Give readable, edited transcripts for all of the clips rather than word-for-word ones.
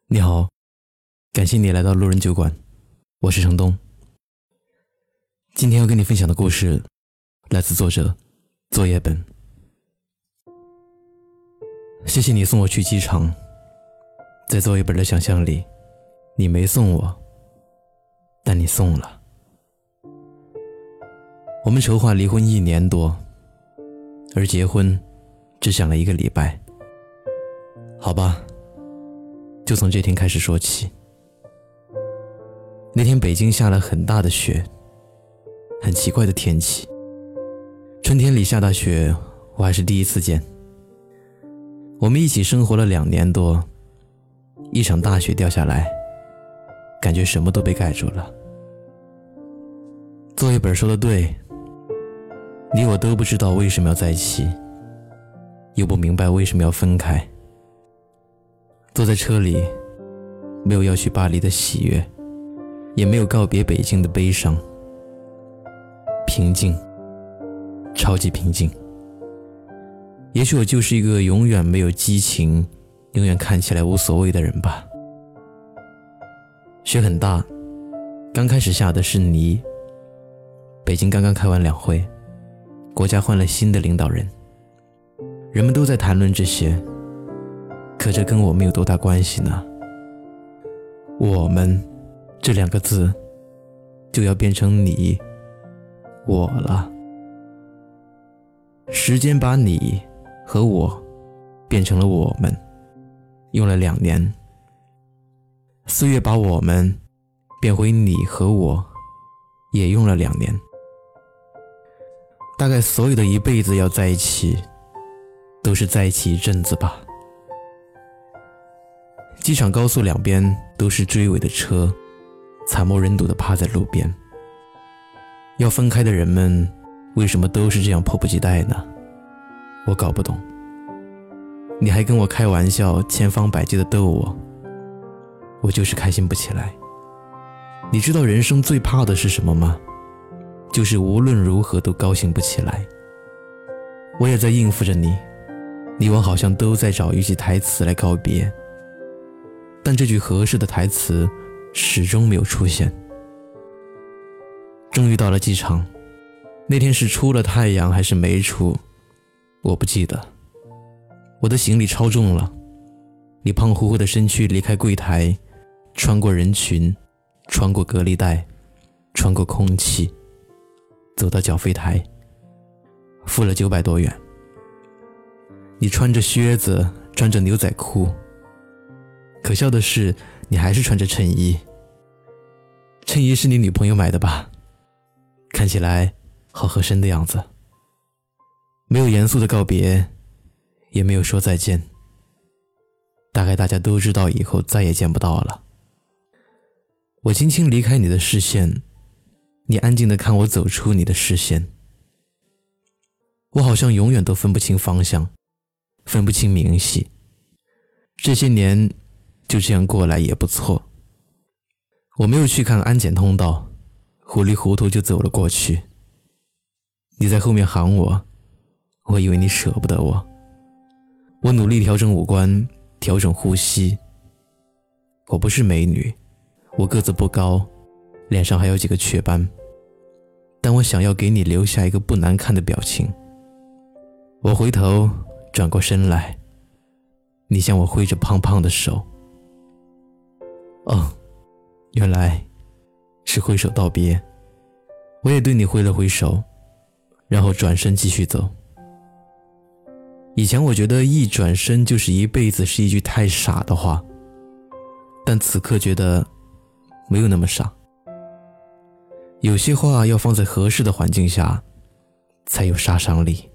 你好，感谢你来到路人酒馆，我是程东。今天要跟你分享的故事来自作者作业本。谢谢你送我去机场，在作业本的想象里，你没送我，但你送了。我们筹划离婚1年多，而结婚只想了1个礼拜。好吧，就从这天开始说起。那天北京下了很大的雪，很奇怪的天气。春天里下大雪，我还是第一次见。我们一起生活了2年多，一场大雪掉下来，感觉什么都被盖住了。作业本说的对，你我都不知道为什么要在一起，又不明白为什么要分开。坐在车里，没有要去巴黎的喜悦，也没有告别北京的悲伤。平静，超级平静。也许我就是一个永远没有激情，永远看起来无所谓的人吧。雪很大，刚开始下的是泥。北京刚刚开完2会，国家换了新的领导人，人们都在谈论这些，可这跟我们有多大关系呢？我们这2个字就要变成你我了。时间把你和我变成了我们，用了2年。岁月把我们变回你和我，也用了2年。大概所有的一辈子要在一起，都是在一起一阵子吧。机场高速2边都是追尾的车，惨不忍睹地趴在路边。要分开的人们为什么都是这样迫不及待呢？我搞不懂。你还跟我开玩笑，千方百计地逗我，我就是开心不起来。你知道人生最怕的是什么吗？就是无论如何都高兴不起来。我也在应付着你，你我好像都在找一句台词来告别，但这句合适的台词始终没有出现。终于到了机场，那天是出了太阳还是没出，我不记得。我的行李超重了，你胖乎乎的身躯离开柜台，穿过人群，穿过隔离带，穿过空气，走到缴费台，付了900多元。你穿着靴子，穿着牛仔裤，可笑的是你还是穿着衬衣。衬衣是你女朋友买的吧？看起来好合身的样子。没有严肃的告别，也没有说再见。大概大家都知道以后再也见不到了。我轻轻离开你的视线，你安静地看我走出你的视线。我好像永远都分不清方向，分不清明细。这些年就这样过来也不错。我没有去看安检通道，糊里糊涂就走了过去。你在后面喊我，我以为你舍不得我。我努力调整五官，调整呼吸。我不是美女，我个子不高，脸上还有几个雀斑，但我想要给你留下一个不难看的表情。我回头转过身来，你向我挥着胖胖的手。哦，原来是挥手道别。我也对你挥了挥手，然后转身继续走。以前我觉得一转身就是一辈子是一句太傻的话，但此刻觉得没有那么傻。有些话要放在合适的环境下才有杀伤力。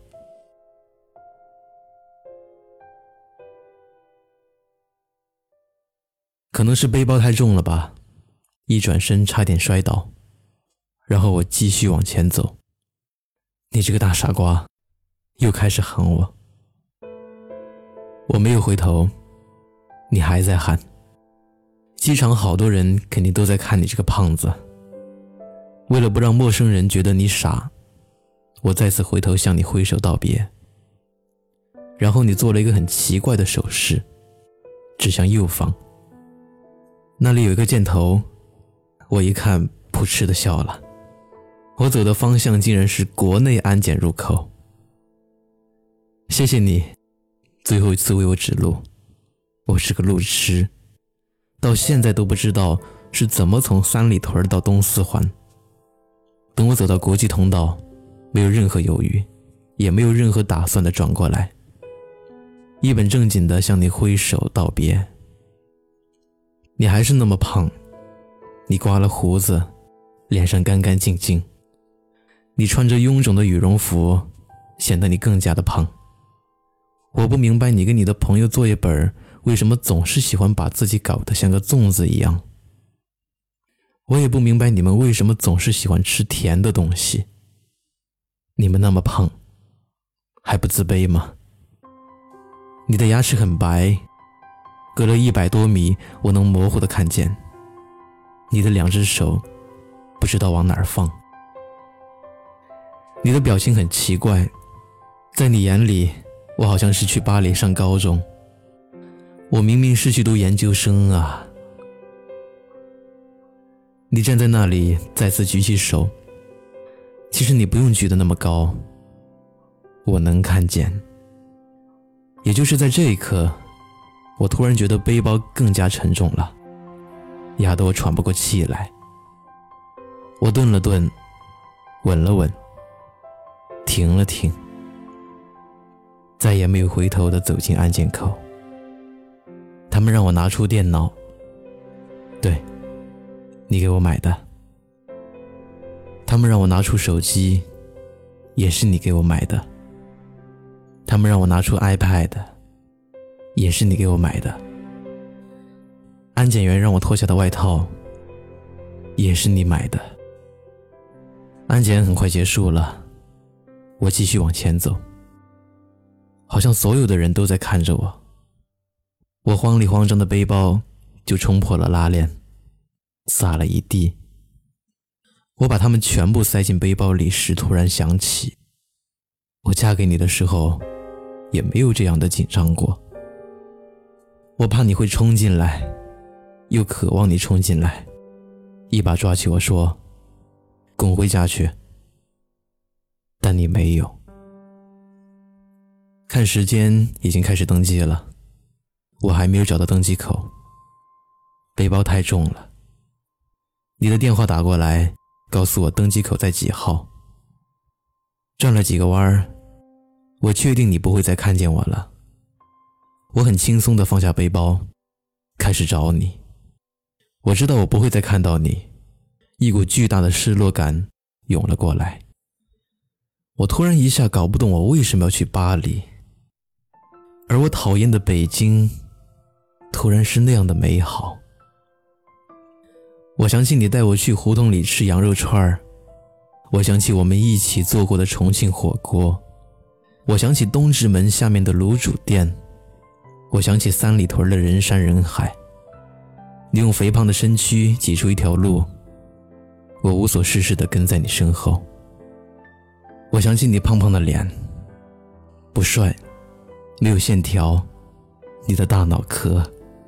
可能是背包太重了吧，一转身差点摔倒，然后我继续往前走。你这个大傻瓜，又开始喊我。我没有回头，你还在喊。机场好多人肯定都在看你这个胖子。为了不让陌生人觉得你傻，我再次回头向你挥手道别。然后你做了一个很奇怪的手势，指向右方。 那里有一个箭头，我一看扑哧的笑了。我走的方向竟然是国内安检入口。谢谢你最后一次为我指路，我是个路痴，到现在都不知道是怎么从三里屯到东四环。等我走到国际通道，没有任何犹豫，也没有任何打算的转过来，一本正经的向你挥手道别。你还是那么胖，你刮了胡子，脸上干干净净，你穿着臃肿的羽绒服，显得你更加的胖。我不明白你跟你的朋友作业本为什么总是喜欢把自己搞得像个粽子一样。我也不明白你们为什么总是喜欢吃甜的东西。你们那么胖，还不自卑吗？你的牙齿很白，隔了100多米，我能模糊地看见。你的2只手不知道往哪儿放。你的表情很奇怪，在你眼里，我好像是去巴黎上高中，我明明是去读研究生啊。你站在那里，再次举起手，其实你不用举得那么高，我能看见。也就是在这一刻，我突然觉得背包更加沉重了，压得我喘不过气来。我顿了顿，稳了稳，停了停，再也没有回头地走进安检口。他们让我拿出电脑，对，你给我买的。他们让我拿出手机，也是你给我买的。他们让我拿出 iPad， 也是你给我买的。安检员让我脱下的外套，也是你买的。安检很快结束了，我继续往前走，好像所有的人都在看着我。我慌里慌张的背包就冲破了拉链，洒了一地。我把它们全部塞进背包里时，突然想起，我嫁给你的时候也没有这样的紧张过。我怕你会冲进来，又渴望你冲进来，一把抓起我说，滚回家去。但你没有。看时间已经开始登机了，我还没有找到登机口，背包太重了。你的电话打过来，告诉我登机口在几号。转了几个弯，我确定你不会再看见我了。我很轻松地放下背包，开始找你。我知道我不会再看到你，一股巨大的失落感涌了过来。我突然一下搞不懂我为什么要去巴黎，而我讨厌的北京突然是那样的美好。我想起你带我去胡同里吃羊肉串，我想起我们一起做过的重庆火锅，我想起东直门下面的卤煮店，我想起三里屯的人山人海。你用肥胖的身躯挤出一条路，我无所事事地跟在你身后。我想起你胖胖的脸，不帅，没有线条，你的大脑壳。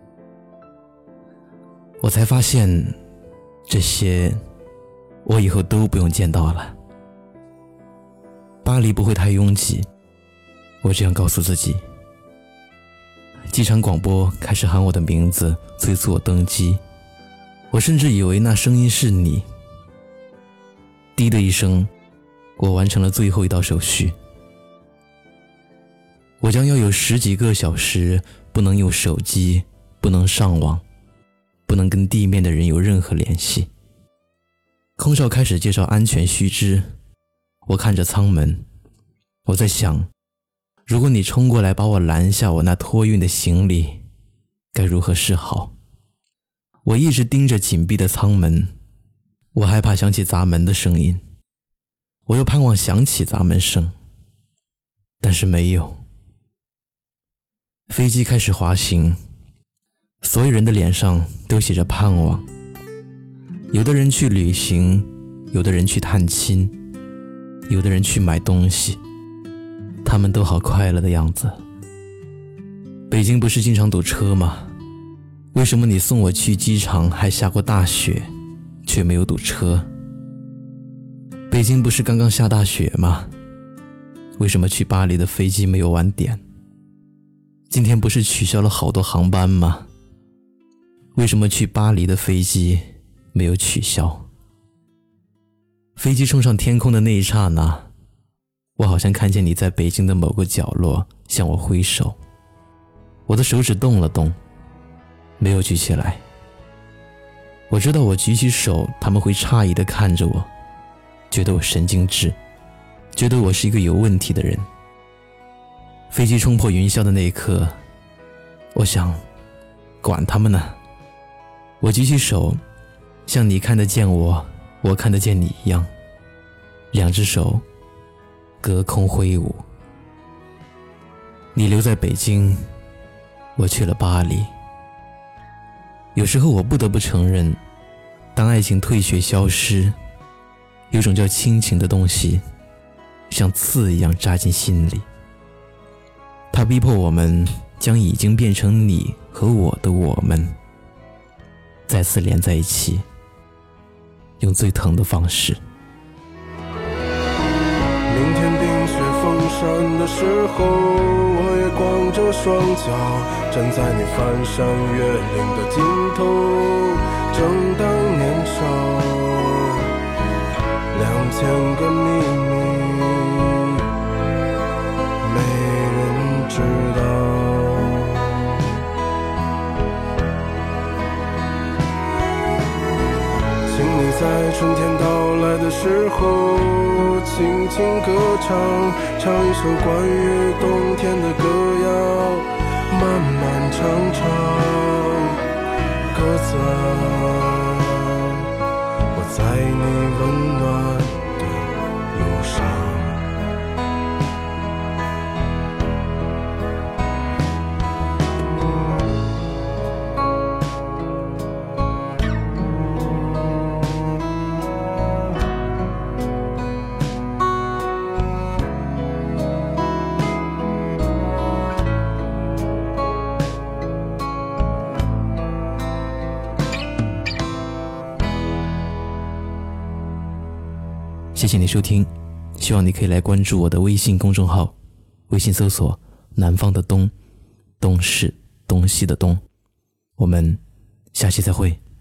我才发现，这些我以后都不用见到了。巴黎不会太拥挤，我这样告诉自己。机场广播开始喊我的名字，催促我登机。我甚至以为那声音是你。滴的一声，我完成了最后一道手续。我将要有10几个小时不能用手机，不能上网，不能跟地面的人有任何联系。空少开始介绍安全须知，我看着舱门，我在想，如果你冲过来把我拦下，我那托运的行李该如何是好？我一直盯着紧闭的舱门，我害怕响起砸门的声音，我又盼望响起砸门声，但是没有。飞机开始滑行，所有人的脸上都写着盼望。有的人去旅行，有的人去探亲，有的人去买东西，他们都好快乐的样子。北京不是经常堵车吗？ 为什么你送我去机场还下过大雪，却没有堵车？北京不是刚刚下大雪吗？为什么去巴黎的飞机没有晚点？今天不是取消了好多航班吗？为什么去巴黎的飞机没有取消？飞机冲上天空的那一刹那，我好像看见你在北京的某个角落向我挥手，我的手指动了动，没有举起来。我知道我举起手，他们会诧异地看着我，觉得我神经质，觉得我是一个有问题的人。飞机冲破云霄的那一刻，我想，管他们呢。我举起手，像你看得见我，我看得见你一样，两只手隔空挥舞。你留在北京，我去了巴黎。有时候我不得不承认，当爱情退却消失，有种叫亲情的东西像刺一样扎进心里，它逼迫我们将已经变成你和我的我们再次连在一起，用最疼的方式。 明天冰雪封山的时候，我也光着双脚站在你翻山越岭的尽头，正当年少，2000个秘密没人知道。请你在春天到来的时候轻轻歌唱，唱一首关于冬天的歌谣，漫漫长长鸽子啊，我在你温暖的路上。 谢谢你收听，希望你可以来关注我的微信公众号，微信搜索南方的东，东是东西的东。我们下期再会。